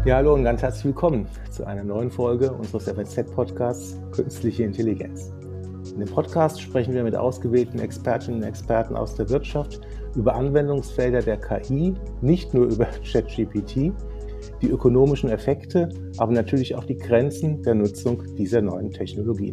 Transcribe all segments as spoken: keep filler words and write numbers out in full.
Ja, hallo und ganz herzlich willkommen zu einer neuen Folge unseres F A Z-Podcasts Künstliche Intelligenz. In dem Podcast sprechen wir mit ausgewählten Expertinnen und Experten aus der Wirtschaft über Anwendungsfelder der K I, nicht nur über ChatGPT, die ökonomischen Effekte, aber natürlich auch die Grenzen der Nutzung dieser neuen Technologien.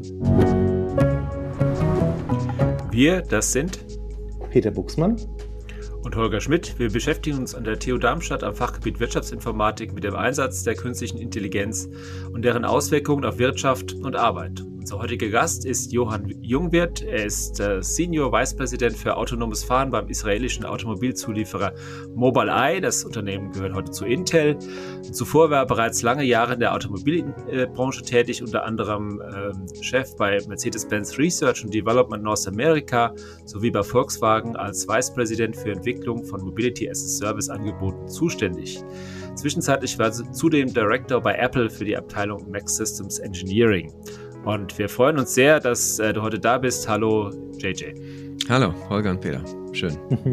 Wir, das sind Peter Buchsmann und Holger Schmidt. Wir beschäftigen uns an der T U Darmstadt am Fachgebiet Wirtschaftsinformatik mit dem Einsatz der künstlichen Intelligenz und deren Auswirkungen auf Wirtschaft und Arbeit. Unser heutiger Gast ist Johann Jungwirth. Er ist äh, Senior Vice President für autonomes Fahren beim israelischen Automobilzulieferer Mobileye. Das Unternehmen gehört heute zu Intel. Zuvor war er bereits lange Jahre in der Automobilbranche tätig, unter anderem äh, Chef bei Mercedes-Benz Research and Development North America sowie bei Volkswagen als Vice President für Entwicklung von Mobility as a Service Angeboten zuständig. Zwischenzeitlich war er zudem Director bei Apple für die Abteilung Max Systems Engineering. Und wir freuen uns sehr, dass äh, du heute da bist. Hallo, J J. Hallo, Holger und Peter. Schön.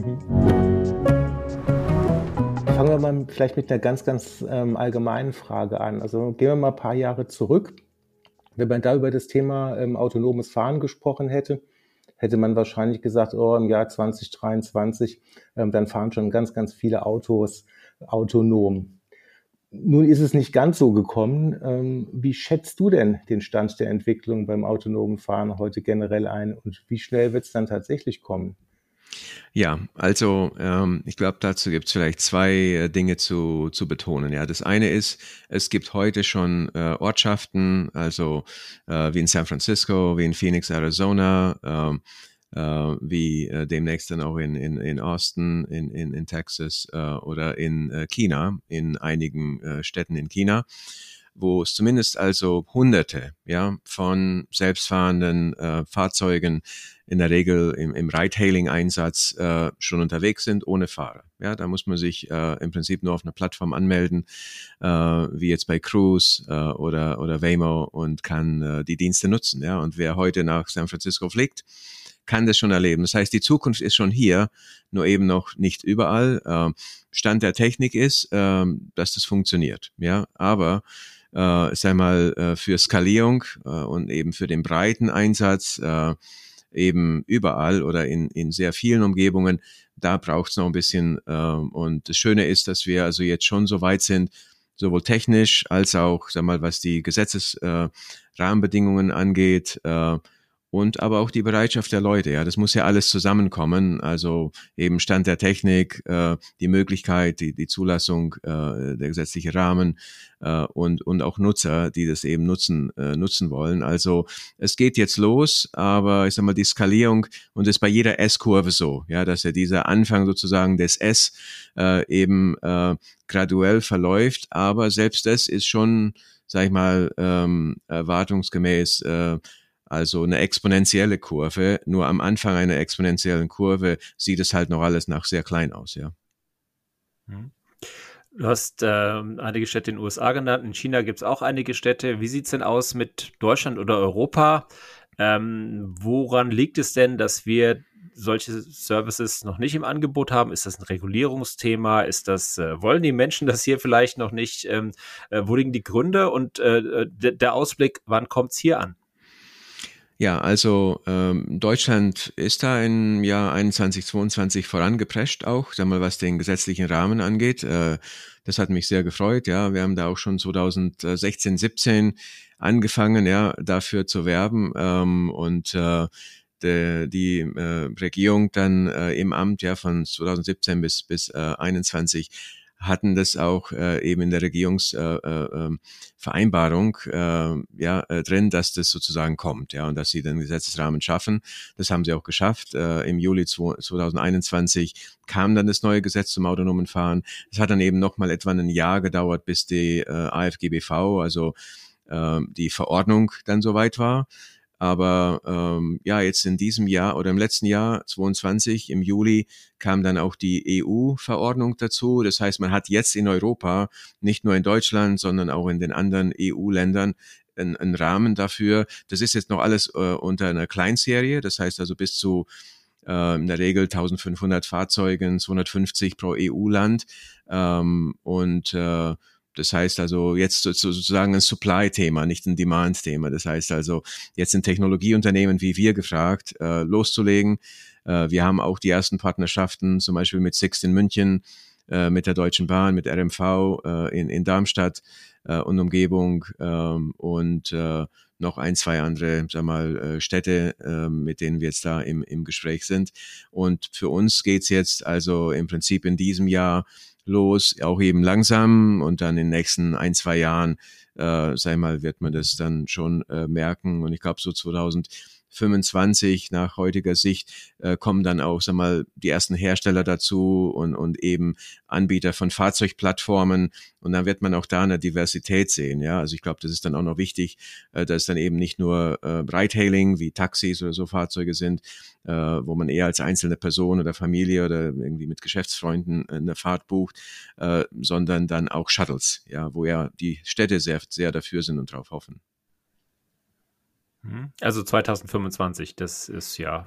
Fangen wir mal vielleicht mit einer ganz, ganz ähm, allgemeinen Frage an. Also gehen wir mal ein paar Jahre zurück. Wenn man da über das Thema ähm, autonomes Fahren gesprochen hätte, hätte man wahrscheinlich gesagt, oh, im Jahr zwanzig dreiundzwanzig, ähm, dann fahren schon ganz, ganz viele Autos autonom. Nun ist es nicht ganz so gekommen. Ähm, wie schätzt du denn den Stand der Entwicklung beim autonomen Fahren heute generell ein und wie schnell wird es dann tatsächlich kommen? Ja, also ähm, ich glaube, dazu gibt es vielleicht zwei äh, Dinge zu, zu betonen. Ja, das eine ist, es gibt heute schon äh, Ortschaften, also äh, wie in San Francisco, wie in Phoenix, Arizona, ähm, Uh, wie uh, demnächst dann auch in, in, in Austin, in, in, in Texas uh, oder in uh, China, in einigen uh, Städten in China, wo es zumindest also Hunderte ja, von selbstfahrenden uh, Fahrzeugen in der Regel im, im Ride-Hailing-Einsatz uh, schon unterwegs sind, ohne Fahrer. Ja, da muss man sich uh, im Prinzip nur auf einer Plattform anmelden, uh, wie jetzt bei Cruise uh, oder, oder Waymo und kann uh, die Dienste nutzen. Ja, und wer heute nach San Francisco fliegt, kann das schon erleben. Das heißt, die Zukunft ist schon hier, nur eben noch nicht überall. Stand der Technik ist, dass das funktioniert. Ja, aber äh, sag mal für Skalierung und eben für den breiten Einsatz eben überall oder in in sehr vielen Umgebungen, da braucht es noch ein bisschen. Und das Schöne ist, dass wir also jetzt schon so weit sind, sowohl technisch als auch, sag mal, was die Gesetzesrahmenbedingungen angeht. Und aber auch die Bereitschaft der Leute, ja, das muss ja alles zusammenkommen, also eben Stand der Technik, äh, die Möglichkeit, die, die Zulassung, äh, der gesetzliche Rahmen äh, und und auch Nutzer, die das eben nutzen äh, nutzen wollen. Also es geht jetzt los, aber ich sag mal die Skalierung und das ist bei jeder S-Kurve so, ja, dass ja dieser Anfang sozusagen des S äh, eben äh, graduell verläuft, aber selbst das ist schon, sag ich mal, ähm, erwartungsgemäß äh, also eine exponentielle Kurve. Nur am Anfang einer exponentiellen Kurve sieht es halt noch alles nach sehr klein aus, ja. Du hast äh, einige Städte in den U S A genannt. In China gibt es auch einige Städte. Wie sieht es denn aus mit Deutschland oder Europa? Ähm, woran liegt es denn, dass wir solche Services noch nicht im Angebot haben? Ist das ein Regulierungsthema? Ist das, äh, wollen die Menschen das hier vielleicht noch nicht? Ähm, äh, wo liegen die Gründe? Und äh, d- der Ausblick, wann kommt es hier an? Ja, also ähm, Deutschland ist da im Jahr einundzwanzig zweiundzwanzig vorangeprescht auch, sag mal, was den gesetzlichen Rahmen angeht. Äh, das hat mich sehr gefreut. Ja, wir haben da auch schon zwanzig sechzehn, siebzehn angefangen, ja, dafür zu werben ähm, und äh, de, die äh, Regierung dann äh, im Amt ja von zwanzig siebzehn bis bis äh, einundzwanzig hatten das auch äh, eben in der Regierungsvereinbarung äh, äh, äh, ja äh, drin, dass das sozusagen kommt, ja, und dass sie den Gesetzesrahmen schaffen. Das haben sie auch geschafft. Äh, Im Juli zwanzig einundzwanzig kam dann das neue Gesetz zum autonomen Fahren. Es hat dann eben noch mal etwa ein Jahr gedauert, bis die äh, A F G B V, also äh, die Verordnung, dann soweit war. Aber ähm, ja, jetzt in diesem Jahr oder im letzten Jahr, zweiundzwanzig, im Juli, kam dann auch die E U-Verordnung dazu. Das heißt, man hat jetzt in Europa, nicht nur in Deutschland, sondern auch in den anderen E U-Ländern, einen, einen Rahmen dafür. Das ist jetzt noch alles äh, unter einer Kleinserie. Das heißt also bis zu äh, in der Regel eintausendfünfhundert Fahrzeugen, zweihundertfünfzig pro E U-Land. Ähm, und äh, Das heißt also jetzt sozusagen ein Supply-Thema, nicht ein Demand-Thema. Das heißt also jetzt sind Technologieunternehmen wie wir gefragt, äh, loszulegen. Äh, wir haben auch die ersten Partnerschaften, zum Beispiel mit Sixt in München, äh, mit der Deutschen Bahn, mit R M V äh, in, in Darmstadt äh, und Umgebung ähm, und äh, noch ein, zwei andere, sag mal, äh, Städte, äh, mit denen wir jetzt da im, im Gespräch sind. Und für uns geht's jetzt also im Prinzip in diesem Jahr los, auch eben langsam und dann in den nächsten ein, zwei Jahren, äh, sag mal, wird man das dann schon äh, merken. Und ich glaube, so zweitausendfünfundzwanzig nach heutiger Sicht äh, kommen dann auch, sag mal, die ersten Hersteller dazu und, und eben Anbieter von Fahrzeugplattformen. Und dann wird man auch da eine Diversität sehen. Ja, also ich glaube, das ist dann auch noch wichtig, äh, dass dann eben nicht nur äh, Ride-Hailing wie Taxis oder so Fahrzeuge sind, äh, wo man eher als einzelne Person oder Familie oder irgendwie mit Geschäftsfreunden eine Fahrt bucht, äh, sondern dann auch Shuttles, ja, wo ja die Städte sehr, sehr dafür sind und drauf hoffen. Also zweitausendfünfundzwanzig, das ist ja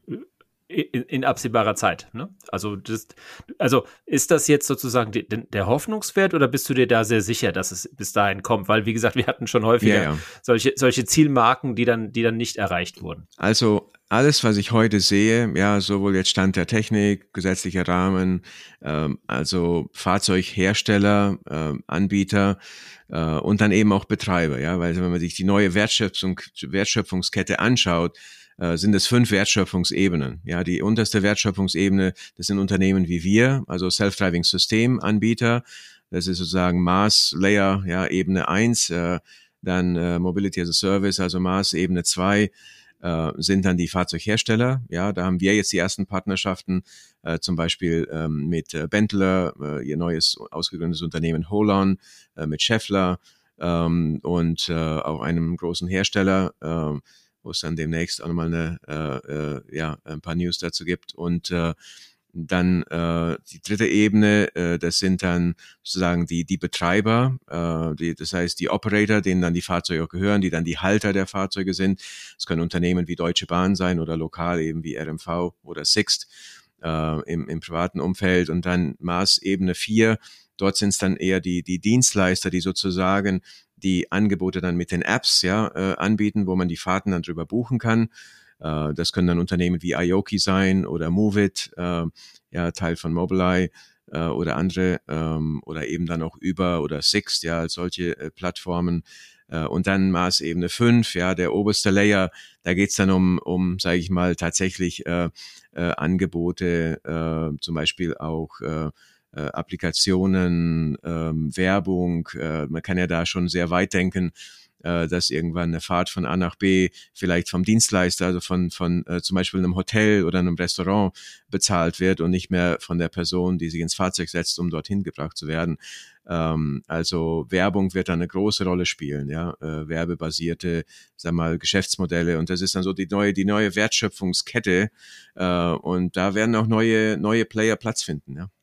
in, in absehbarer Zeit, ne? Also das, also ist das jetzt sozusagen die, der Hoffnungswert oder bist du dir da sehr sicher, dass es bis dahin kommt? Weil, wie gesagt, wir hatten schon häufiger ja, ja. solche, solche Zielmarken, die dann, die dann nicht erreicht wurden. Also alles, was ich heute sehe, ja, sowohl jetzt Stand der Technik, gesetzlicher Rahmen, ähm, also Fahrzeughersteller, ähm, Anbieter äh, und dann eben auch Betreiber, ja, weil wenn man sich die neue Wertschöpfung, Wertschöpfungskette anschaut, äh, sind es fünf Wertschöpfungsebenen. Ja, die unterste Wertschöpfungsebene, das sind Unternehmen wie wir, also Self-Driving System Anbieter, das ist sozusagen Maß Layer, ja, Ebene eins, äh, dann äh, Mobility as a Service, also Maß Ebene zwei, äh, sind dann die Fahrzeughersteller. Ja, da haben wir jetzt die ersten Partnerschaften, äh, zum Beispiel ähm, mit äh, Benteler, äh, ihr neues ausgegründetes Unternehmen Holon, äh, mit Schaeffler ähm, und äh, auch einem großen Hersteller, äh, wo es dann demnächst auch nochmal eine, äh, äh, ja, ein paar News dazu gibt. Und äh, dann äh, die dritte Ebene, äh, das sind dann sozusagen die die Betreiber, äh, die, das heißt die Operator, denen dann die Fahrzeuge auch gehören, die dann die Halter der Fahrzeuge sind. Es können Unternehmen wie Deutsche Bahn sein oder lokal eben wie R M V oder Sixt äh, im, im privaten Umfeld. Und dann Maßebene vier, dort sind es dann eher die die Dienstleister, die sozusagen die Angebote dann mit den Apps ja äh, anbieten, wo man die Fahrten dann drüber buchen kann. Das können dann Unternehmen wie Ioki sein oder Moovit, äh, ja, Teil von Mobileye äh, oder andere ähm, oder eben dann auch Uber oder Sixt, ja, solche äh, Plattformen. Äh, und dann Maßebene fünf, ja, der oberste Layer, da geht's dann um, um sage ich mal, tatsächlich äh, äh, Angebote, äh, zum Beispiel auch äh, äh, Applikationen, äh, Werbung. Äh, man kann ja da schon sehr weit denken, dass irgendwann eine Fahrt von A nach B vielleicht vom Dienstleister, also von von äh, zum Beispiel einem Hotel oder einem Restaurant bezahlt wird und nicht mehr von der Person, die sich ins Fahrzeug setzt, um dorthin gebracht zu werden. Ähm, also Werbung wird da eine große Rolle spielen, ja, äh, werbebasierte, sag mal, Geschäftsmodelle, und das ist dann so die neue die neue Wertschöpfungskette äh, und da werden auch neue neue Player Platz finden, ja.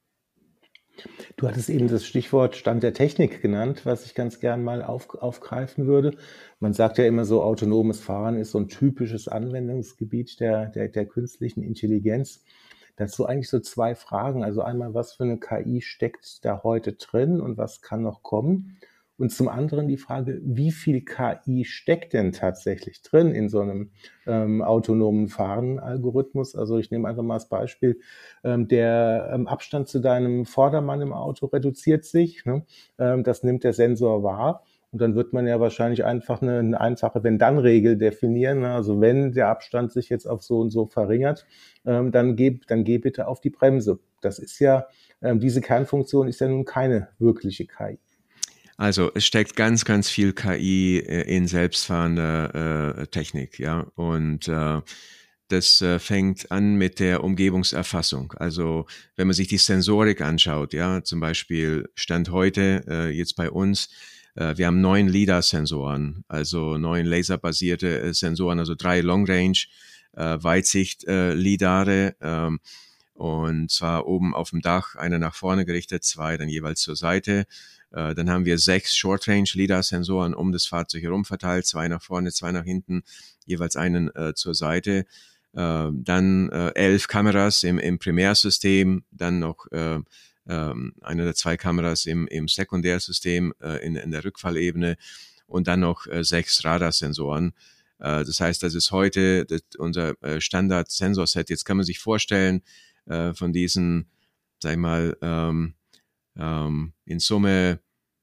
Du hattest eben das Stichwort Stand der Technik genannt, was ich ganz gern mal auf, aufgreifen würde. Man sagt ja immer so, autonomes Fahren ist so ein typisches Anwendungsgebiet der, der, der künstlichen Intelligenz. Dazu eigentlich so zwei Fragen. Also einmal, was für eine K I steckt da heute drin und was kann noch kommen? Und zum anderen die Frage, wie viel K I steckt denn tatsächlich drin in so einem ähm, autonomen Fahren-Algorithmus? Also ich nehme einfach mal als Beispiel, ähm, der ähm, Abstand zu deinem Vordermann im Auto reduziert sich, ne? ähm, das nimmt der Sensor wahr. Und dann wird man ja wahrscheinlich einfach eine, eine einfache Wenn-Dann-Regel definieren. Also wenn der Abstand sich jetzt auf so und so verringert, ähm, dann geh, dann geh bitte auf die Bremse. Das ist ja, ähm, diese Kernfunktion ist ja nun keine wirkliche K I. Also es steckt ganz, ganz viel K I in selbstfahrender äh, Technik, ja. Und äh, das äh, fängt an mit der Umgebungserfassung. Also wenn man sich die Sensorik anschaut, ja, zum Beispiel Stand heute äh, jetzt bei uns, äh, wir haben neun LiDAR-Sensoren, also neun laserbasierte äh, Sensoren, also drei Long-Range, äh, Weitsicht äh, LiDAre, ähm, und zwar oben auf dem Dach, eine nach vorne gerichtet, zwei dann jeweils zur Seite. Äh, dann haben wir sechs Short-Range-LiDAR-Sensoren um das Fahrzeug herum verteilt, zwei nach vorne, zwei nach hinten, jeweils einen äh, zur Seite. Äh, dann äh, elf Kameras im, im Primärsystem, dann noch äh, ähm, eine oder zwei Kameras im, im Sekundärsystem äh, in, in der Rückfallebene und dann noch äh, sechs Radarsensoren. Äh, das heißt, das ist heute das, unser äh, Standard-Sensorset. Jetzt kann man sich vorstellen, äh, von diesen, sag ich mal, ähm, ähm, in Summe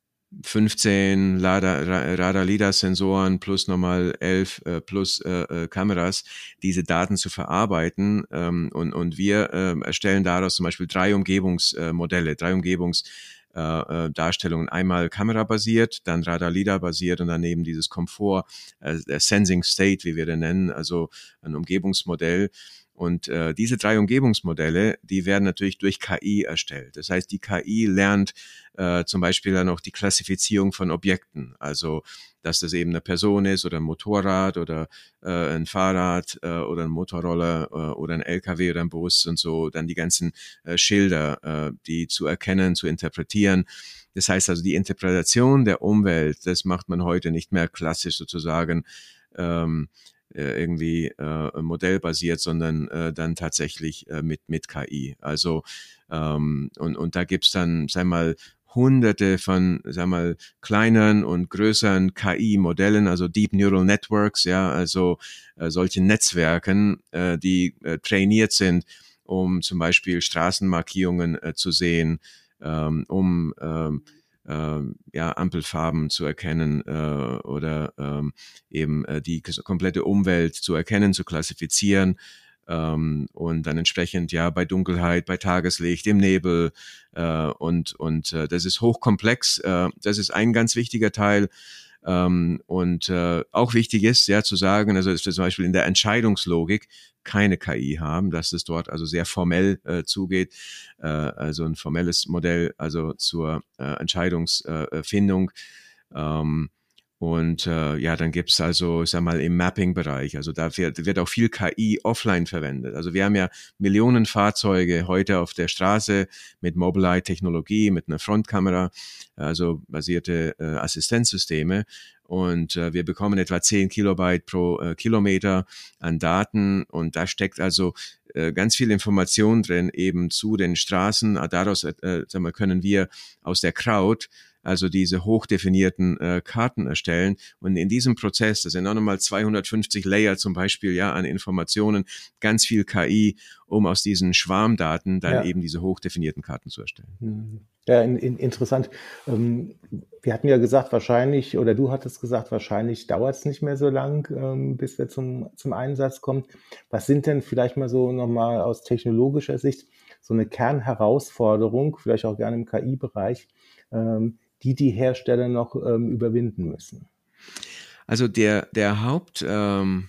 fünfzehn Radar-LiDAR-Sensoren plus nochmal elf äh, plus äh, äh, Kameras, diese Daten zu verarbeiten. Ähm, und, und wir äh, erstellen daraus zum Beispiel drei Umgebungsmodelle, äh, drei Umgebungsdarstellungen. Äh, Einmal kamerabasiert, dann Radar-LiDAR-basiert und daneben dieses Komfort, äh, der Sensing State, wie wir den nennen, also ein Umgebungsmodell. Und äh, diese drei Umgebungsmodelle, die werden natürlich durch K I erstellt. Das heißt, die K I lernt äh, zum Beispiel dann auch die Klassifizierung von Objekten. Also, dass das eben eine Person ist oder ein Motorrad oder äh, ein Fahrrad äh, oder ein Motorroller äh, oder ein L K W oder ein Bus und so. Dann die ganzen äh, Schilder, äh, die zu erkennen, zu interpretieren. Das heißt also, die Interpretation der Umwelt, das macht man heute nicht mehr klassisch sozusagen ähm, irgendwie äh, modellbasiert, sondern äh, dann tatsächlich äh, mit mit K I. Also ähm, und und da gibt's dann, sag mal, hunderte von, sag mal, kleineren und größeren K I-Modellen, also Deep Neural Networks, ja, also äh, solche Netzwerken, äh, die äh, trainiert sind, um zum Beispiel Straßenmarkierungen äh, zu sehen, ähm, um ähm, äh, ja, Ampelfarben zu erkennen äh, oder ähm, eben äh, die komplette Umwelt zu erkennen, zu klassifizieren ähm, und dann entsprechend ja bei Dunkelheit, bei Tageslicht, im Nebel äh, und und äh, das ist hochkomplex. Äh, das ist ein ganz wichtiger Teil. Ähm, und äh, auch wichtig ist, ja, zu sagen, also dass wir zum Beispiel in der Entscheidungslogik keine K I haben, dass es dort also sehr formell äh, zugeht, äh, also ein formelles Modell, also zur äh, Entscheidungsfindung. Ähm, und äh, ja, dann gibt's also, ich sag mal, im Mapping-Bereich, also da wird, wird auch viel K I offline verwendet. Also wir haben ja Millionen Fahrzeuge heute auf der Straße mit Mobileye-Technologie, mit einer Frontkamera, also basierte äh, Assistenzsysteme. Und äh, wir bekommen etwa zehn Kilobyte pro äh, Kilometer an Daten. Und da steckt also äh, ganz viel Information drin, eben zu den Straßen. Daraus äh, sagen wir, können wir aus der Crowd also diese hochdefinierten äh, Karten erstellen. Und in diesem Prozess, das sind auch nochmal zweihundertfünfzig Layer zum Beispiel ja an Informationen, ganz viel K I, um aus diesen Schwarmdaten dann Ja. eben diese hochdefinierten Karten zu erstellen. Ja, in, in, interessant. Ähm, wir hatten ja gesagt, wahrscheinlich, oder du hattest gesagt, wahrscheinlich dauert es nicht mehr so lang, ähm, bis wir zum, zum Einsatz kommen. Was sind denn vielleicht mal so nochmal aus technologischer Sicht so eine Kernherausforderung, vielleicht auch gerne im K I-Bereich, ähm, die die Hersteller noch ähm, überwinden müssen? Also der, der Haupt... Ähm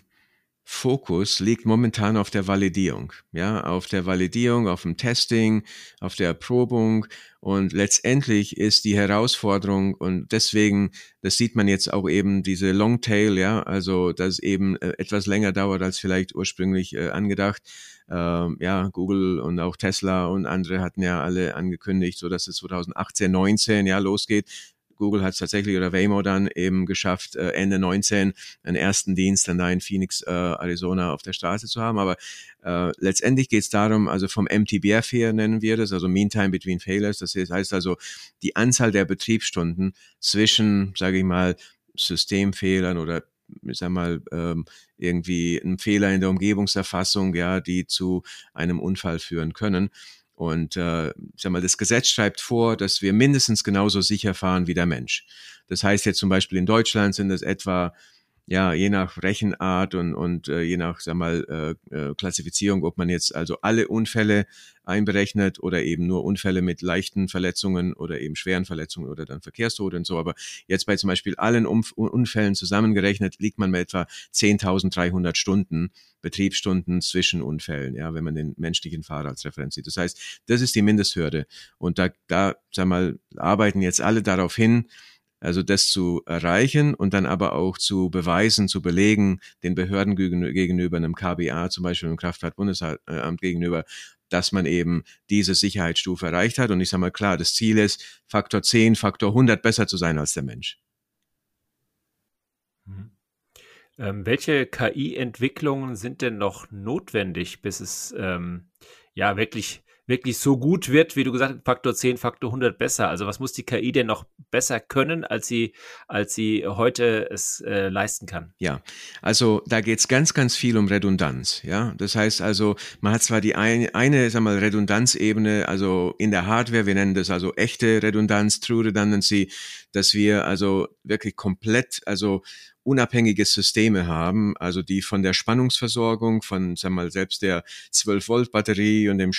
Fokus liegt momentan auf der Validierung, ja, auf der Validierung, auf dem Testing, auf der Erprobung und letztendlich ist die Herausforderung und deswegen, das sieht man jetzt auch eben diese Longtail, ja, also dass eben äh, etwas länger dauert als vielleicht ursprünglich äh, angedacht. Ähm, ja, Google und auch Tesla und andere hatten ja alle angekündigt, so dass es zwanzig achtzehn, neunzehn ja losgeht. Google hat es tatsächlich oder Waymo dann eben geschafft, äh, Ende neunzehn einen ersten Dienst dann da in Phoenix, äh, Arizona auf der Straße zu haben. Aber äh, letztendlich geht es darum, also vom M T B F her nennen wir das, also Mean Time Between Failures. Das heißt also die Anzahl der Betriebsstunden zwischen, sage ich mal, Systemfehlern oder ich sag mal, ähm, irgendwie ein Fehler in der Umgebungserfassung, ja, die zu einem Unfall führen können. Und äh, ich sag mal, das Gesetz schreibt vor, dass wir mindestens genauso sicher fahren wie der Mensch. Das heißt jetzt zum Beispiel in Deutschland sind es etwa, ja, je nach Rechenart und, und äh, je nach, sag mal, äh, äh, Klassifizierung, ob man jetzt also alle Unfälle einberechnet oder eben nur Unfälle mit leichten Verletzungen oder eben schweren Verletzungen oder dann Verkehrstote und so. Aber jetzt bei zum Beispiel allen Umf- Unfällen zusammengerechnet liegt man bei etwa zehntausenddreihundert Stunden, Betriebsstunden zwischen Unfällen, ja, wenn man den menschlichen Fahrer als Referenz sieht. Das heißt, das ist die Mindesthürde. Und da, da, sag mal, arbeiten jetzt alle darauf hin, also das zu erreichen und dann aber auch zu beweisen, zu belegen, den Behörden gegenüber, einem K B A zum Beispiel, einem Kraftfahrtbundesamt gegenüber, dass man eben diese Sicherheitsstufe erreicht hat. Und ich sage mal klar, das Ziel ist, Faktor zehn, Faktor hundert besser zu sein als der Mensch. Mhm. Ähm, welche K I-Entwicklungen sind denn noch notwendig, bis es ähm, ja wirklich wirklich so gut wird, wie du gesagt hast, Faktor zehn, Faktor hundert besser? Also was muss die K I denn noch besser können, als sie, als sie heute es äh, leisten kann? Ja, also da geht's ganz, ganz viel um Redundanz. Ja, das heißt also, man hat zwar die eine, eine, sag mal, Redundanzebene, also in der Hardware, wir nennen das also echte Redundanz, True Redundancy, dass wir also wirklich komplett, also unabhängige Systeme haben, also die von der Spannungsversorgung, von, sag mal, selbst der zwölf Volt Batterie und dem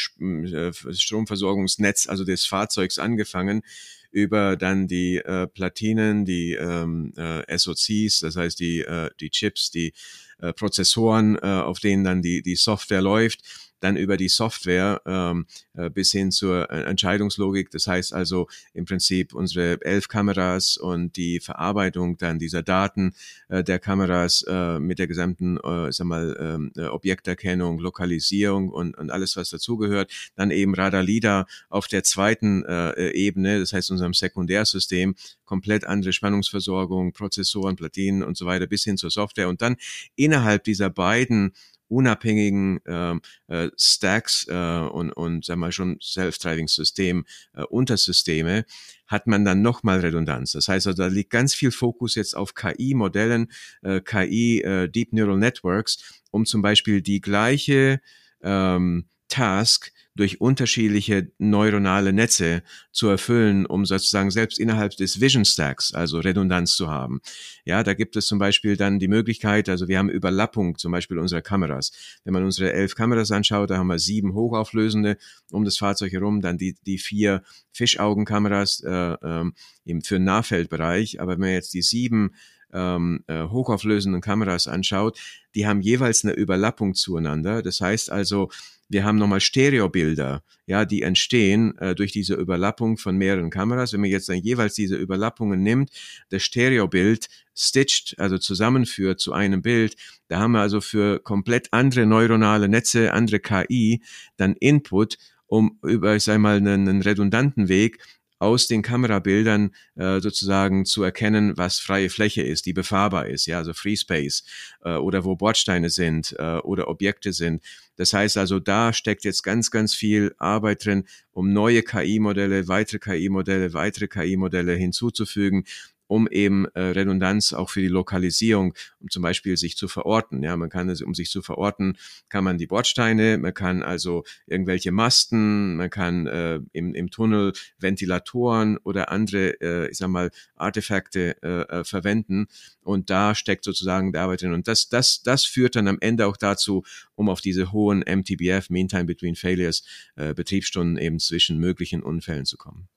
Stromversorgungsnetz, also des Fahrzeugs angefangen, über dann die äh, Platinen, die ähm, äh, S O Cs, das heißt die äh, die Chips, die äh, Prozessoren, äh, auf denen dann die die Software läuft, dann über die Software ähm, äh, bis hin zur äh, Entscheidungslogik. Das heißt also im Prinzip unsere elf Kameras und die Verarbeitung dann dieser Daten äh, der Kameras äh, mit der gesamten, äh, sag mal, äh, Objekterkennung, Lokalisierung und, und alles, was dazugehört. Dann eben Radar-LiDAR auf der zweiten äh, Ebene, das heißt unserem Sekundärsystem, komplett andere Spannungsversorgung, Prozessoren, Platinen und so weiter bis hin zur Software. Und dann innerhalb dieser beiden unabhängigen ähm, äh, Stacks äh, und, und sagen wir schon Self-Driving-System, äh, Untersysteme, hat man dann nochmal Redundanz. Das heißt, also, da liegt ganz viel Fokus jetzt auf K I-Modellen, äh, K I, äh, Deep Neural Networks, um zum Beispiel die gleiche ähm, Task durch unterschiedliche neuronale Netze zu erfüllen, um sozusagen selbst innerhalb des Vision Stacks, also Redundanz zu haben. Ja, da gibt es zum Beispiel dann die Möglichkeit, also wir haben Überlappung zum Beispiel unserer Kameras. Wenn man unsere elf Kameras anschaut, da haben wir sieben hochauflösende um das Fahrzeug herum, dann die die vier Fischaugenkameras äh, ähm, eben für den Nahfeldbereich. Aber wenn man jetzt die sieben ähm, äh, hochauflösenden Kameras anschaut, die haben jeweils eine Überlappung zueinander. Das heißt also, wir haben nochmal Stereobilder, ja, die entstehen äh, durch diese Überlappung von mehreren Kameras. Wenn man jetzt dann jeweils diese Überlappungen nimmt, das Stereobild stitcht, also zusammenführt zu einem Bild, da haben wir also für komplett andere neuronale Netze, andere K I, dann Input, um über, ich sag mal, einen, einen redundanten Weg aus den Kamerabildern äh, sozusagen zu erkennen, was freie Fläche ist, die befahrbar ist, ja, also Free Space äh, oder wo Bordsteine sind äh, oder Objekte sind. Das heißt also, da steckt jetzt ganz, ganz viel Arbeit drin, um neue K I-Modelle, weitere K I-Modelle, weitere K I-Modelle hinzuzufügen, um eben äh, Redundanz auch für die Lokalisierung, um zum Beispiel sich zu verorten. Ja, man kann, also, um sich zu verorten, kann man die Bordsteine, man kann also irgendwelche Masten, man kann äh, im, im Tunnel Ventilatoren oder andere, äh, ich sag mal, Artefakte äh, äh, verwenden. Und da steckt sozusagen die Arbeit drin. Und das, das, das führt dann am Ende auch dazu, um auf diese hohen M T B F, Mean Time Between Failures, äh, Betriebsstunden eben zwischen möglichen Unfällen zu kommen.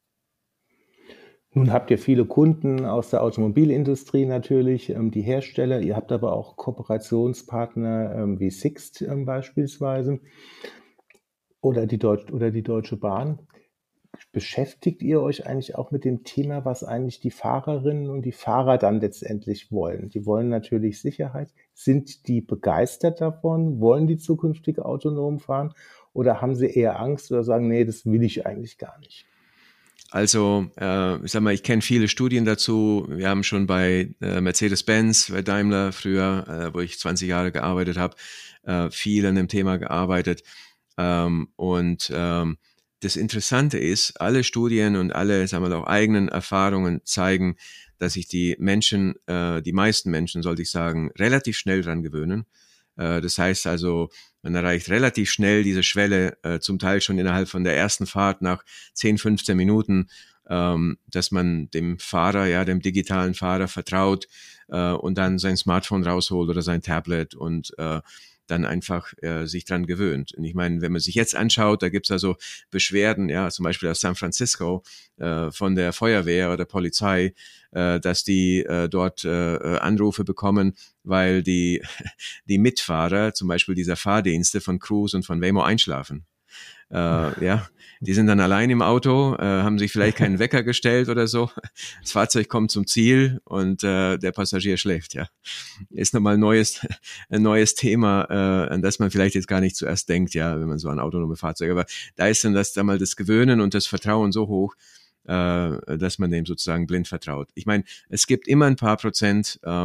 Nun habt ihr viele Kunden aus der Automobilindustrie natürlich, ähm, die Hersteller. Ihr habt aber auch Kooperationspartner ähm, wie Sixt ähm, beispielsweise oder die, Deutsch oder die Deutsche Bahn. Beschäftigt ihr euch eigentlich auch mit dem Thema, was eigentlich die Fahrerinnen und die Fahrer dann letztendlich wollen? Die wollen natürlich Sicherheit. Sind die begeistert davon? Wollen die zukünftig autonom fahren? Oder haben sie eher Angst oder sagen, nee, das will ich eigentlich gar nicht? Also, äh, ich sag mal, ich kenne viele Studien dazu. Wir haben schon bei äh, Mercedes-Benz, bei Daimler früher, äh, wo ich zwanzig Jahre gearbeitet habe, äh, viel an dem Thema gearbeitet. Ähm, und ähm, das Interessante ist, alle Studien und alle, sagen wir auch eigenen Erfahrungen zeigen, dass sich die Menschen, äh, die meisten Menschen, sollte ich sagen, relativ schnell dran gewöhnen. Äh, das heißt also, man erreicht relativ schnell diese Schwelle, äh, zum Teil schon innerhalb von der ersten Fahrt nach zehn, fünfzehn Minuten, ähm, dass man dem Fahrer, ja, dem digitalen Fahrer vertraut äh, und dann sein Smartphone rausholt oder sein Tablet und äh, dann einfach äh, sich dran gewöhnt. Und ich meine, wenn man sich jetzt anschaut, da gibt's also Beschwerden, ja, zum Beispiel aus San Francisco äh, von der Feuerwehr oder Polizei, äh, dass die äh, dort äh, Anrufe bekommen, weil die die Mitfahrer, zum Beispiel dieser Fahrdienste von Cruise und von Waymo einschlafen. Äh, ja, die sind dann allein im Auto, äh, haben sich vielleicht keinen Wecker gestellt oder so. Das Fahrzeug kommt zum Ziel und äh, der Passagier schläft, ja. Ist nochmal ein neues, ein neues Thema, äh, an das man vielleicht jetzt gar nicht zuerst denkt, ja, wenn man so an autonome Fahrzeuge, aber da ist dann das, da mal das Gewöhnen und das Vertrauen so hoch, äh, dass man dem sozusagen blind vertraut. Ich meine, es gibt immer ein paar Prozent, äh,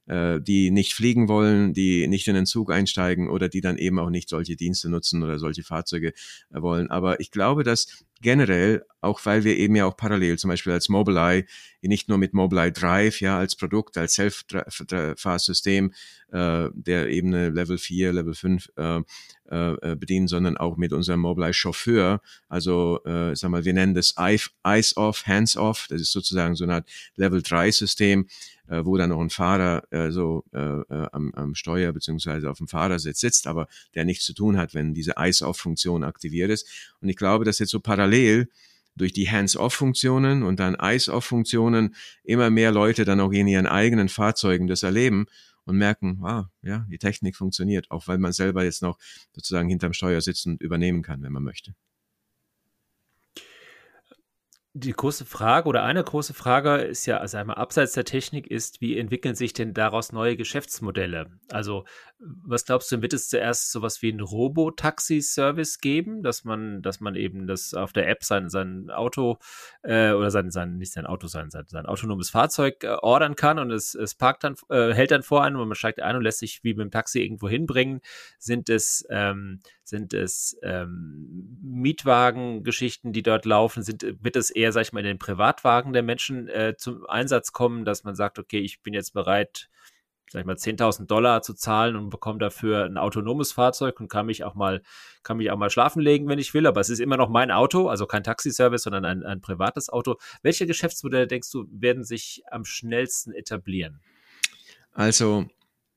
äh, die nicht fliegen wollen, die nicht in den Zug einsteigen oder die dann eben auch nicht solche Dienste nutzen oder solche Fahrzeuge äh, wollen. Aber ich glaube, dass generell, auch weil wir eben ja auch parallel zum Beispiel als Mobileye, nicht nur mit Mobileye Drive, ja, als Produkt, als Self-Fahrsystem, äh, der Ebene Level vier, Level fünf äh, äh, bedienen, sondern auch mit unserem Mobileye Chauffeur, also, äh, sag mal, wir nennen das Eyes Off, Hands Off, das ist sozusagen so eine Art Level drei System, äh, wo dann noch ein Fahrer äh, so äh, am, am Steuer beziehungsweise auf dem Fahrersitz sitzt, aber der nichts zu tun hat, wenn diese Eyes Off Funktion aktiviert ist. Und ich glaube, dass jetzt so parallel durch die Hands-Off-Funktionen und dann Eyes-Off-Funktionen immer mehr Leute dann auch in ihren eigenen Fahrzeugen das erleben und merken, ah, ja, die Technik funktioniert, auch weil man selber jetzt noch sozusagen hinterm Steuer sitzt und übernehmen kann, wenn man möchte. Die große Frage oder eine große Frage ist ja, also einmal abseits der Technik ist, wie entwickeln sich denn daraus neue Geschäftsmodelle? Also was glaubst du, wird es zuerst sowas wie ein Robo-Taxi-Service geben, dass man, dass man eben das auf der App sein, sein Auto äh, oder sein, sein, nicht sein Auto, sein, sein, sein autonomes Fahrzeug äh, ordern kann und es, es parkt dann, äh, hält dann vor einem und man steigt ein und lässt sich wie mit dem Taxi irgendwo hinbringen? Sind es, ähm, sind es ähm, Mietwagen-Geschichten, die dort laufen? Sind, wird es eher, sag ich mal, in den Privatwagen der Menschen äh, zum Einsatz kommen, dass man sagt, okay, ich bin jetzt bereit, sag ich mal, zehntausend Dollar zu zahlen und bekomme dafür ein autonomes Fahrzeug und kann mich auch mal, kann mich auch mal schlafen legen, wenn ich will, aber es ist immer noch mein Auto, also kein Taxiservice, sondern ein, ein privates Auto. Welche Geschäftsmodelle, denkst du, werden sich am schnellsten etablieren? Also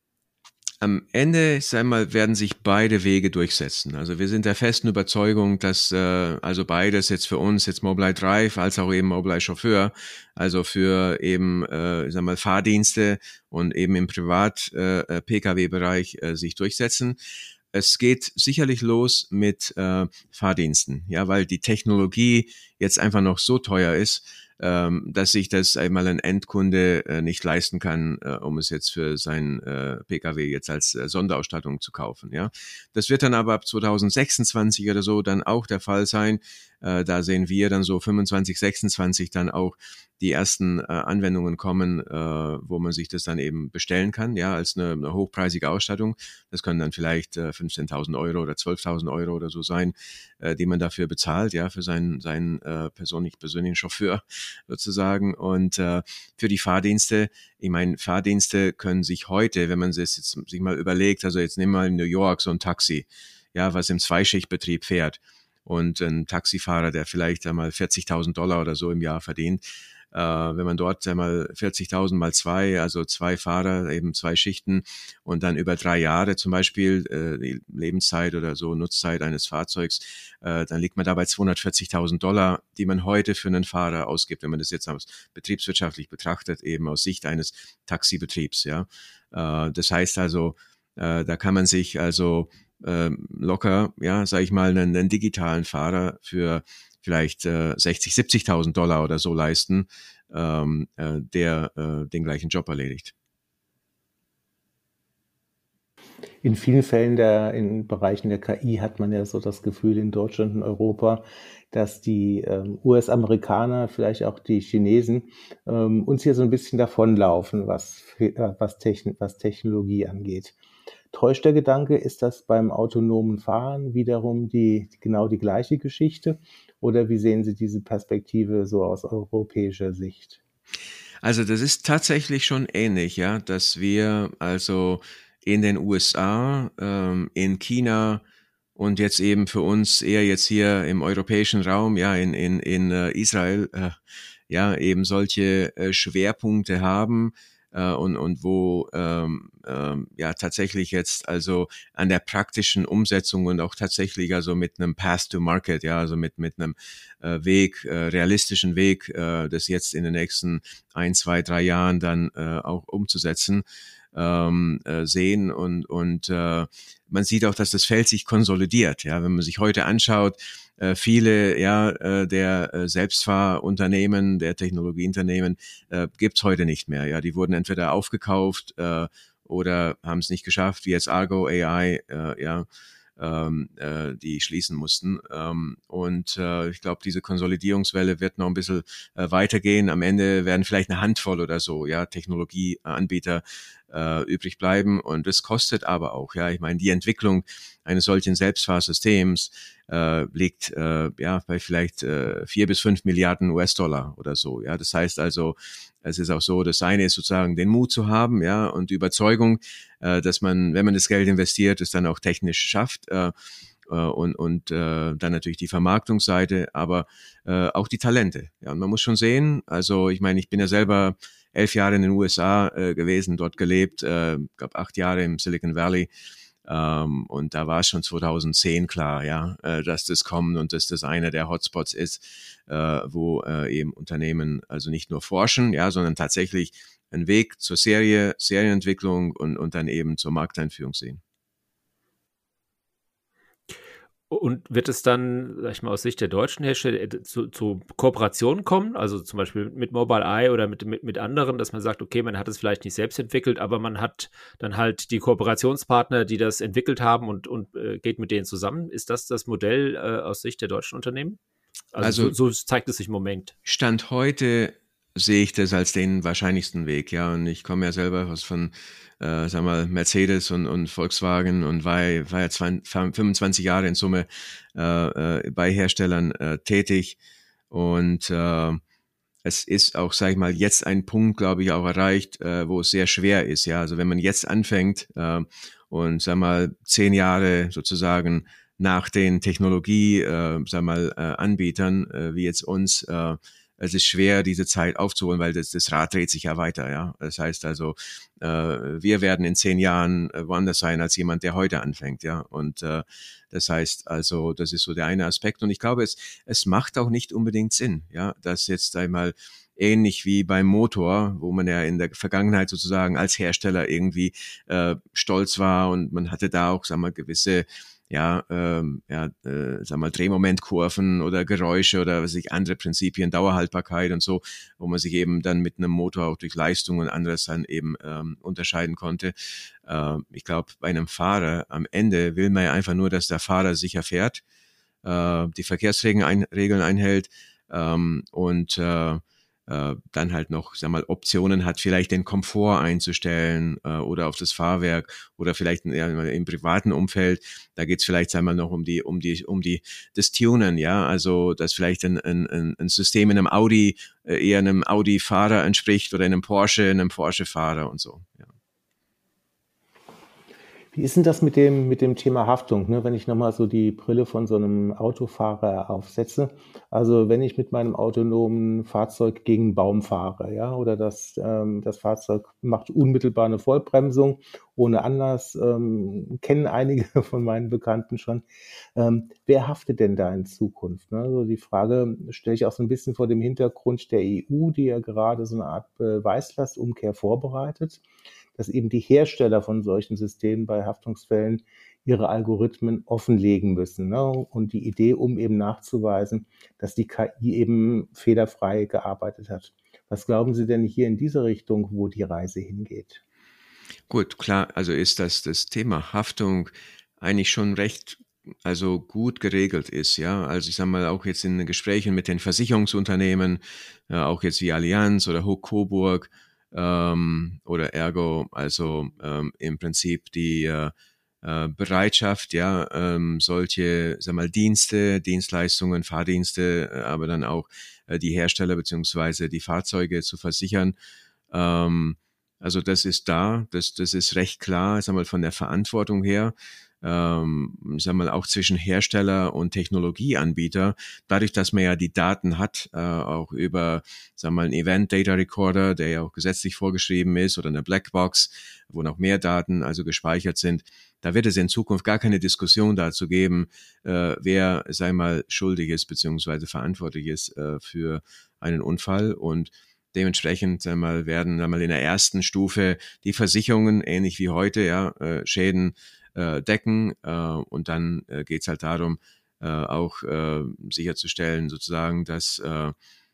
am Ende, sag mal, werden sich beide Wege durchsetzen. Also wir sind der festen Überzeugung, dass äh, also beides jetzt für uns, jetzt Mobileye Drive als auch eben Mobileye Chauffeur, also für eben, äh, sag mal, Fahrdienste und eben im Privat-P K W-Bereich äh, sich durchsetzen. Es geht sicherlich los mit äh, Fahrdiensten, ja, weil die Technologie jetzt einfach noch so teuer ist, ähm, dass sich das einmal ein Endkunde äh, nicht leisten kann, äh, um es jetzt für sein äh, P K W jetzt als äh, Sonderausstattung zu kaufen. Ja, das wird dann aber ab zwanzig sechsundzwanzig oder so dann auch der Fall sein. Äh, da sehen wir dann so fünfundzwanzig, sechsundzwanzig dann auch die ersten äh, Anwendungen kommen, äh, wo man sich das dann eben bestellen kann, ja, als eine, eine hochpreisige Ausstattung. Das können dann vielleicht äh, fünfzehntausend Euro oder zwölftausend Euro oder so sein, äh, die man dafür bezahlt, ja, für seinen seinen äh, persönlich persönlichen Chauffeur sozusagen. Und äh, für die Fahrdienste, ich meine, Fahrdienste können sich heute, wenn man es jetzt sich mal überlegt, also jetzt nehmen wir mal in New York so ein Taxi, ja, was im Zweischichtbetrieb fährt und ein Taxifahrer, der vielleicht einmal vierzigtausend Dollar oder so im Jahr verdient, äh, wenn man dort einmal vierzigtausend mal zwei, also zwei Fahrer, eben zwei Schichten und dann über drei Jahre zum Beispiel äh, die Lebenszeit oder so Nutzzeit eines Fahrzeugs, äh, dann liegt man da bei zweihundertvierzigtausend Dollar, die man heute für einen Fahrer ausgibt, wenn man das jetzt aus betriebswirtschaftlich betrachtet, eben aus Sicht eines Taxibetriebs, ja. Äh, das heißt also, äh, da kann man sich also äh, locker, ja, sage ich mal, einen, einen digitalen Fahrer für vielleicht äh, sechzig, siebzigtausend Dollar oder so leisten, ähm, äh, der äh, den gleichen Job erledigt. In vielen Fällen der, in Bereichen der K I hat man ja so das Gefühl in Deutschland und Europa, dass die ähm, U S-Amerikaner, vielleicht auch die Chinesen, ähm, uns hier so ein bisschen davonlaufen, was, äh, was, Techn- was Technologie angeht. Täuscht der Gedanke, ist das beim autonomen Fahren wiederum die, genau die gleiche Geschichte? Oder wie sehen Sie diese Perspektive so aus europäischer Sicht? Also das ist tatsächlich schon ähnlich, ja, dass wir also in den U S A, ähm, in China und jetzt eben für uns eher jetzt hier im europäischen Raum, ja, in, in, in äh, Israel, äh, ja, eben solche äh, Schwerpunkte haben, äh, und, und wo ähm, ähm, ja tatsächlich jetzt also an der praktischen Umsetzung und auch tatsächlich also mit einem Path to Market, ja, also mit, mit einem äh, Weg, äh, realistischen Weg, äh, das jetzt in den nächsten ein, zwei, drei Jahren dann äh, auch umzusetzen, ähm, äh, sehen und und äh, man sieht auch, dass das Feld sich konsolidiert. Ja, wenn man sich heute anschaut, äh, viele ja äh, der äh, Selbstfahrunternehmen, der Technologieunternehmen äh, gibt's heute nicht mehr. Ja, die wurden entweder aufgekauft äh, oder haben es nicht geschafft, wie jetzt Argo A I, äh, ja. Ähm, äh, die schließen mussten. Ähm, und äh, ich glaube, diese Konsolidierungswelle wird noch ein bisschen äh, weitergehen. Am Ende werden vielleicht eine Handvoll oder so, ja, Technologieanbieter äh, übrig bleiben. Und das kostet aber auch, ja, ich meine, die Entwicklung eines solchen Selbstfahrsystems äh, liegt äh, ja bei vielleicht äh, vier bis fünf Milliarden U S-Dollar oder so. Ja, das heißt also, es ist auch so, das eine ist sozusagen den Mut zu haben, ja, und die Überzeugung, äh, dass man, wenn man das Geld investiert, es dann auch technisch schafft. Äh, und und äh, dann natürlich die Vermarktungsseite, aber äh, auch die Talente. Ja, und man muss schon sehen, also ich meine, ich bin ja selber elf Jahre in den U S A äh, gewesen, dort gelebt, äh, glaube acht Jahre im Silicon Valley. Ähm, und da war es schon zweitausendzehn klar, ja, äh, dass das kommt und dass das einer der Hotspots ist, äh, wo äh, eben Unternehmen also nicht nur forschen, ja, sondern tatsächlich einen Weg zur Serie, Serienentwicklung und, und dann eben zur Markteinführung sehen. Und wird es dann, sag ich mal, aus Sicht der deutschen Hersteller zu, zu Kooperationen kommen, also zum Beispiel mit Mobileye oder mit, mit, mit anderen, dass man sagt, okay, man hat es vielleicht nicht selbst entwickelt, aber man hat dann halt die Kooperationspartner, die das entwickelt haben und, und äh, geht mit denen zusammen. Ist das das Modell äh, aus Sicht der deutschen Unternehmen? Also, also so, so zeigt es sich im Moment. Stand heute sehe ich das als den wahrscheinlichsten Weg, ja. Und ich komme ja selber was von, äh, sag mal, Mercedes und, und Volkswagen und war, war ja fünfundzwanzig Jahre in Summe äh, äh, bei Herstellern äh, tätig. Und äh, es ist auch, sag ich mal, jetzt ein Punkt, glaube ich, auch erreicht, äh, wo es sehr schwer ist, ja. Also wenn man jetzt anfängt äh, und, sag mal, zehn Jahre sozusagen nach den Technologie, äh, sag mal, äh, Anbietern, äh, wie jetzt uns, äh, es ist schwer, diese Zeit aufzuholen, weil das, das Rad dreht sich ja weiter, ja. Das heißt also, äh, wir werden in zehn Jahren äh, woanders sein als jemand, der heute anfängt, ja. Und äh, das heißt also, das ist so der eine Aspekt. Und ich glaube, es, es macht auch nicht unbedingt Sinn, ja, dass jetzt einmal ähnlich wie beim Motor, wo man ja in der Vergangenheit sozusagen als Hersteller irgendwie äh, stolz war und man hatte da auch, sagen wir, gewisse ja, ähm, ja, äh, sag mal, Drehmomentkurven oder Geräusche oder was weiß ich, andere Prinzipien, Dauerhaltbarkeit und so, wo man sich eben dann mit einem Motor auch durch Leistung und anderes dann eben ähm, unterscheiden konnte. Äh, ich glaube, bei einem Fahrer am Ende will man ja einfach nur, dass der Fahrer sicher fährt, äh, die Verkehrsregeln ein, Regeln einhält ähm, und äh, dann halt noch, sag mal, Optionen hat, vielleicht den Komfort einzustellen äh, oder auf das Fahrwerk oder vielleicht ja, im privaten Umfeld, da geht's vielleicht einmal noch um die, um die, um die, das Tunen, ja, also dass vielleicht ein, ein, ein System in einem Audi äh, eher einem Audi-Fahrer entspricht oder in einem Porsche, einem Porsche-Fahrer und so, ja. Wie ist denn das mit dem, mit dem Thema Haftung, ne? Wenn ich nochmal so die Brille von so einem Autofahrer aufsetze? Also wenn ich mit meinem autonomen Fahrzeug gegen einen Baum fahre, ja, oder das, ähm, das Fahrzeug macht unmittelbar eine Vollbremsung ohne Anlass, ähm, kennen einige von meinen Bekannten schon. Ähm, wer haftet denn da in Zukunft? Ne? Also die Frage stelle ich auch so ein bisschen vor dem Hintergrund der E U, die ja gerade so eine Art Beweislastumkehr vorbereitet, dass eben die Hersteller von solchen Systemen bei Haftungsfällen ihre Algorithmen offenlegen müssen. Ne? Und die Idee, um eben nachzuweisen, dass die K I eben fehlerfrei gearbeitet hat. Was glauben Sie denn hier in diese Richtung, wo die Reise hingeht? Gut, klar, also ist das das Thema Haftung eigentlich schon recht also gut geregelt ist, ja. Also ich sage mal, auch jetzt in Gesprächen mit den Versicherungsunternehmen, äh, auch jetzt wie Allianz oder Hook Coburg, ähm, oder Ergo, also ähm, im Prinzip die äh, äh, Bereitschaft, ja, ähm, solche, sag mal, Dienste, Dienstleistungen, Fahrdienste, äh, aber dann auch äh, die Hersteller beziehungsweise die Fahrzeuge zu versichern. Ähm, also das ist da, das, das ist recht klar, sag mal, von der Verantwortung her. Ähm, sag mal, auch zwischen Hersteller und Technologieanbieter, dadurch, dass man ja die Daten hat, äh, auch über, sag mal, einen Event Data Recorder, der ja auch gesetzlich vorgeschrieben ist, oder eine Blackbox, wo noch mehr Daten also gespeichert sind, da wird es in Zukunft gar keine Diskussion dazu geben, äh, wer, sei mal, schuldig ist, beziehungsweise verantwortlich ist äh, für einen Unfall. Und dementsprechend einmal werden einmal in der ersten Stufe die Versicherungen, ähnlich wie heute, ja, äh, Schäden äh, decken äh, und dann äh, geht es halt darum, äh, auch äh, sicherzustellen, sozusagen, dass äh,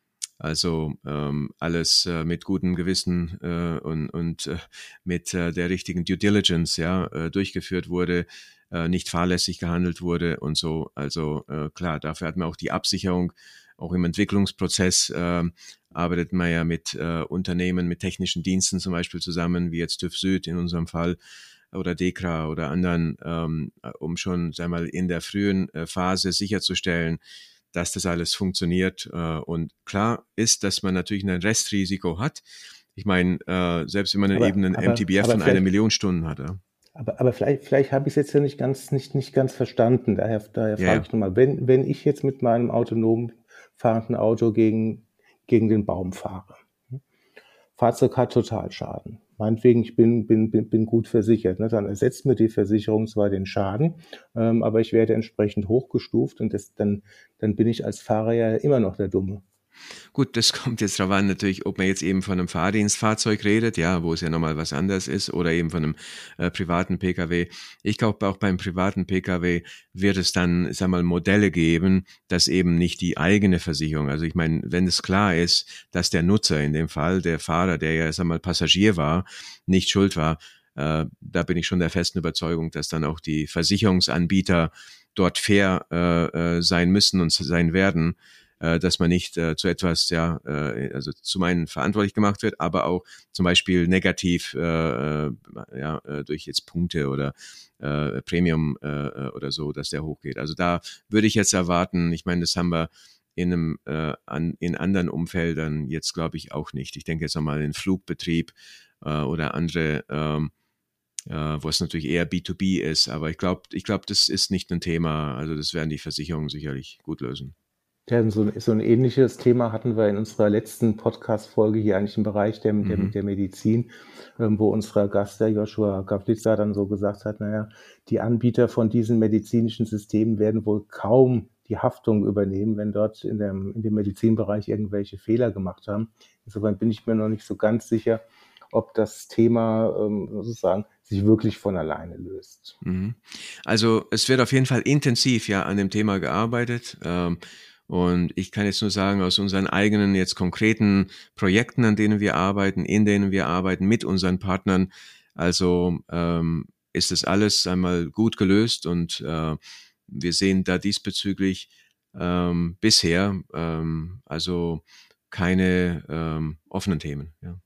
also ähm, alles äh, mit gutem Gewissen äh, und, und äh, mit äh, der richtigen Due Diligence ja äh, durchgeführt wurde, äh, nicht fahrlässig gehandelt wurde und so. Also äh, klar, dafür hat man auch die Absicherung auch im Entwicklungsprozess äh, arbeitet man ja mit äh, Unternehmen, mit technischen Diensten zum Beispiel zusammen, wie jetzt TÜV Süd in unserem Fall oder DEKRA oder anderen, ähm, um schon, sagen wir mal, in der frühen äh, Phase sicherzustellen, dass das alles funktioniert. Äh, und klar ist, dass man natürlich ein Restrisiko hat. Ich meine, äh, selbst wenn man Aber, eben einen aber, M T B F aber von einer vielleicht, Million Stunden hat. Ja, aber, aber vielleicht, vielleicht habe ich es jetzt ja nicht ganz, nicht, nicht ganz verstanden. Daher, daher ja. frage ja. ich nochmal, wenn, wenn ich jetzt mit meinem autonom fahrenden Auto gegen, gegen den Baum fahre, Fahrzeug hat Totalschaden. Meinetwegen, ich bin, bin, bin, bin gut versichert. Ne? Dann ersetzt mir die Versicherung zwar den Schaden, ähm, aber ich werde entsprechend hochgestuft und das, dann, dann bin ich als Fahrer ja immer noch der Dumme. Gut, das kommt jetzt darauf an, natürlich, ob man jetzt eben von einem Fahrdienstfahrzeug redet, ja, wo es ja nochmal was anderes ist, oder eben von einem äh, privaten Pkw. Ich glaube, auch beim privaten Pkw wird es dann, sag mal, Modelle geben, dass eben nicht die eigene Versicherung, also ich meine, wenn es klar ist, dass der Nutzer, in dem Fall der Fahrer, der ja, sag mal, Passagier war, nicht schuld war, äh, da bin ich schon der festen Überzeugung, dass dann auch die Versicherungsanbieter dort fair äh, äh, sein müssen und sein werden, dass man nicht äh, zu etwas, ja, äh, also zum einen verantwortlich gemacht wird, aber auch zum Beispiel negativ, äh, ja, durch jetzt Punkte oder äh, Premium äh, oder so, dass der hochgeht. Also da würde ich jetzt erwarten, ich meine, das haben wir in einem, äh, an, in anderen Umfeldern jetzt, glaube ich, auch nicht. Ich denke jetzt einmal in Flugbetrieb äh, oder andere, ähm, äh, wo es natürlich eher B zwei B ist, aber ich glaube, ich glaube, das ist nicht ein Thema, also das werden die Versicherungen sicherlich gut lösen. Ja, so, so ein ähnliches Thema hatten wir in unserer letzten Podcast-Folge hier eigentlich im Bereich der, der, Mhm. der Medizin, ähm, wo unser Gast, der Joshua Gavlitzer, dann so gesagt hat, naja, die Anbieter von diesen medizinischen Systemen werden wohl kaum die Haftung übernehmen, wenn dort in dem, in dem Medizinbereich irgendwelche Fehler gemacht haben. Insofern bin ich mir noch nicht so ganz sicher, ob das Thema ähm, sozusagen sich wirklich von alleine löst. Mhm. Also es wird auf jeden Fall intensiv ja an dem Thema gearbeitet. Ähm, Und ich kann jetzt nur sagen, aus unseren eigenen jetzt konkreten Projekten, an denen wir arbeiten, in denen wir arbeiten, mit unseren Partnern, also ähm, ist das alles einmal gut gelöst und äh, wir sehen da diesbezüglich ähm, bisher ähm, also keine ähm, offenen Themen. Ja.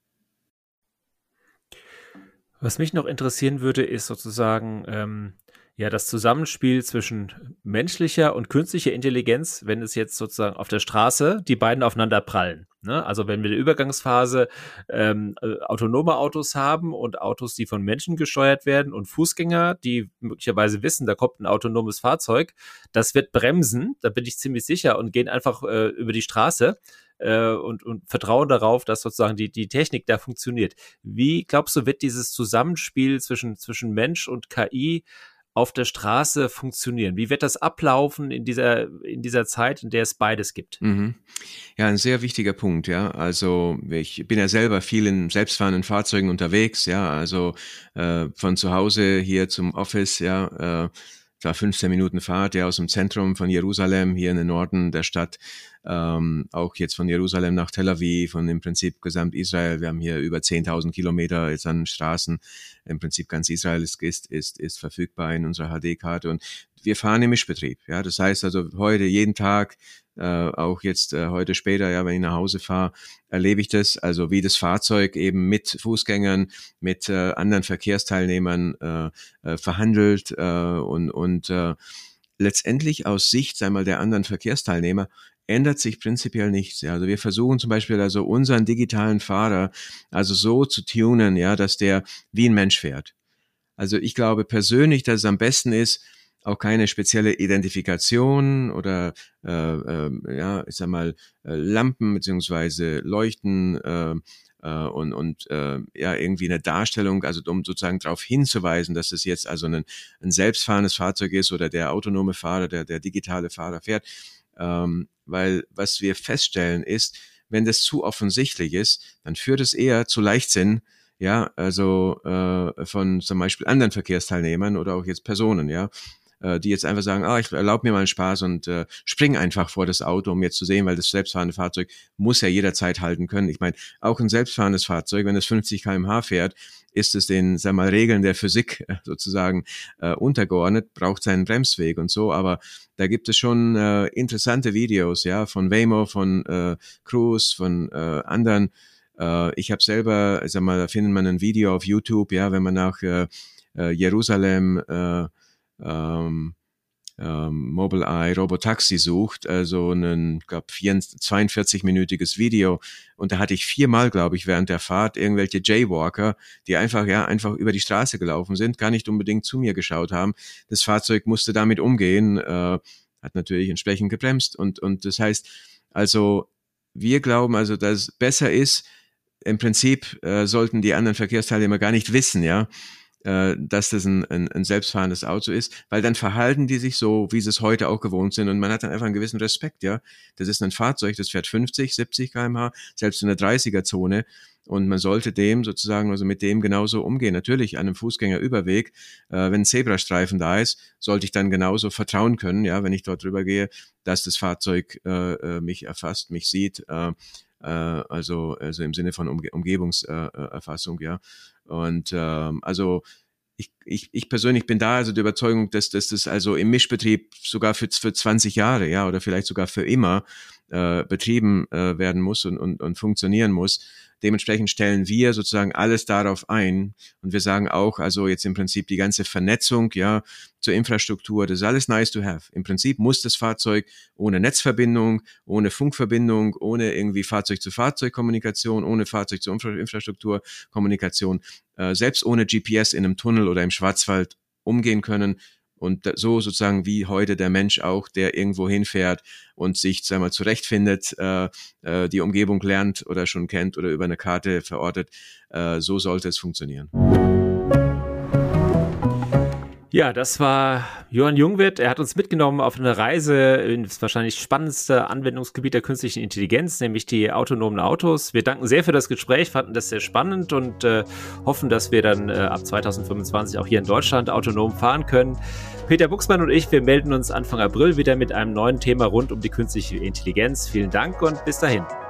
Was mich noch interessieren würde, ist sozusagen ähm, ja das Zusammenspiel zwischen menschlicher und künstlicher Intelligenz, wenn es jetzt sozusagen auf der Straße die beiden aufeinander prallen. Ne? Also wenn wir eine Übergangsphase ähm, äh, autonome Autos haben und Autos, die von Menschen gesteuert werden und Fußgänger, die möglicherweise wissen, da kommt ein autonomes Fahrzeug, das wird bremsen, da bin ich ziemlich sicher, und gehen einfach äh, über die Straße. Und, und vertrauen darauf, dass sozusagen die, die Technik da funktioniert. Wie, glaubst du, wird dieses Zusammenspiel zwischen, zwischen Mensch und K I auf der Straße funktionieren? Wie wird das ablaufen in dieser, in dieser Zeit, in der es beides gibt? Mhm. Ja, ein sehr wichtiger Punkt, ja. Also ich bin ja selber viel in selbstfahrenden Fahrzeugen unterwegs, ja, also äh, von zu Hause hier zum Office, ja, äh, da fünfzehn Minuten Fahrt, ja, aus dem Zentrum von Jerusalem, hier in den Norden der Stadt, ähm, auch jetzt von Jerusalem nach Tel Aviv und im Prinzip gesamt Israel. Wir haben hier über zehntausend Kilometer jetzt an Straßen. Im Prinzip ganz Israel ist, ist, ist, ist verfügbar in unserer H D-Karte und wir fahren im Mischbetrieb. Ja, das heißt also heute jeden Tag, äh, auch jetzt äh, heute später, ja, wenn ich nach Hause fahre, erlebe ich das, also wie das Fahrzeug eben mit Fußgängern, mit äh, anderen Verkehrsteilnehmern äh, äh, verhandelt äh, und, und äh, letztendlich aus Sicht, einmal der anderen Verkehrsteilnehmer, ändert sich prinzipiell nichts. Ja. Also wir versuchen zum Beispiel also unseren digitalen Fahrer also so zu tunen, ja, dass der wie ein Mensch fährt. Also ich glaube persönlich, dass es am besten ist, auch keine spezielle Identifikation oder äh, äh, ja, ich sag mal äh, Lampen beziehungsweise Leuchten äh, äh, und und äh, ja irgendwie eine Darstellung, also um sozusagen darauf hinzuweisen, dass es jetzt also ein, ein selbstfahrendes Fahrzeug ist oder der autonome Fahrer, der der digitale Fahrer fährt, ähm, weil was wir feststellen ist, wenn das zu offensichtlich ist, dann führt es eher zu Leichtsinn. Ja, also äh, von zum Beispiel anderen Verkehrsteilnehmern oder auch jetzt Personen, ja, äh, die jetzt einfach sagen, ah, ich erlaube mir mal einen Spaß und äh, spring einfach vor das Auto, um jetzt zu sehen, weil das selbstfahrende Fahrzeug muss ja jederzeit halten können. Ich meine, auch ein selbstfahrendes Fahrzeug, wenn es fünfzig Kilometer pro Stunde fährt, ist es den, sagen wir mal, Regeln der Physik äh, sozusagen äh, untergeordnet, braucht seinen Bremsweg und so, aber da gibt es schon äh, interessante Videos, ja, von Waymo, von äh, Cruise, von äh, anderen. Äh, ich habe selber, sag mal, da findet man ein Video auf YouTube, ja, wenn man nach äh, äh, Jerusalem äh, ähm, ähm, Mobileye Robotaxi sucht, also ein, glaube zweiundvierzig-minütiges Video, und da hatte ich viermal, glaube ich, während der Fahrt irgendwelche Jaywalker, die einfach, ja, einfach über die Straße gelaufen sind, gar nicht unbedingt zu mir geschaut haben. Das Fahrzeug musste damit umgehen, äh, hat natürlich entsprechend gebremst, und und das heißt, also wir glauben, also, dass es besser ist, im Prinzip äh, sollten die anderen Verkehrsteilnehmer gar nicht wissen, ja, dass das ein, ein, ein selbstfahrendes Auto ist, weil dann verhalten die sich so, wie sie es heute auch gewohnt sind, und man hat dann einfach einen gewissen Respekt, ja. Das ist ein Fahrzeug, das fährt fünfzig, siebzig Kilometer pro Stunde, selbst in der dreißiger-Zone, und man sollte dem sozusagen, also mit dem genauso umgehen. Natürlich an einem Fußgängerüberweg, äh, wenn ein Zebrastreifen da ist, sollte ich dann genauso vertrauen können, ja, wenn ich dort drüber gehe, dass das Fahrzeug äh, mich erfasst, mich sieht, äh, äh, also also im Sinne von Umge- Umgebungserfassung, ja. Und ähm, also ich, ich, ich persönlich bin da also der Überzeugung, dass, dass das also im Mischbetrieb sogar für, für zwanzig Jahre, ja, oder vielleicht sogar für immer äh, betrieben äh, werden muss und, und, und funktionieren muss. Dementsprechend stellen wir sozusagen alles darauf ein, und wir sagen auch, also jetzt im Prinzip die ganze Vernetzung, ja, zur Infrastruktur, das ist alles nice to have. Im Prinzip muss das Fahrzeug ohne Netzverbindung, ohne Funkverbindung, ohne irgendwie Fahrzeug-zu-Fahrzeug-Kommunikation, ohne Fahrzeug-zu-Infrastruktur-Kommunikation, äh, selbst ohne G P S in einem Tunnel oder im Schwarzwald umgehen können. Und so sozusagen wie heute der Mensch auch, der irgendwo hinfährt und sich, sagen wir mal, zurechtfindet, äh, äh, die Umgebung lernt oder schon kennt oder über eine Karte verortet, äh, so sollte es funktionieren. Ja, das war Johann Jungwirth. Er hat uns mitgenommen auf eine Reise in das wahrscheinlich spannendste Anwendungsgebiet der künstlichen Intelligenz, nämlich die autonomen Autos. Wir danken sehr für das Gespräch, fanden das sehr spannend und äh, hoffen, dass wir dann äh, ab zwanzig fünfundzwanzig auch hier in Deutschland autonom fahren können. Peter Buchsmann und ich, wir melden uns Anfang April wieder mit einem neuen Thema rund um die künstliche Intelligenz. Vielen Dank und bis dahin.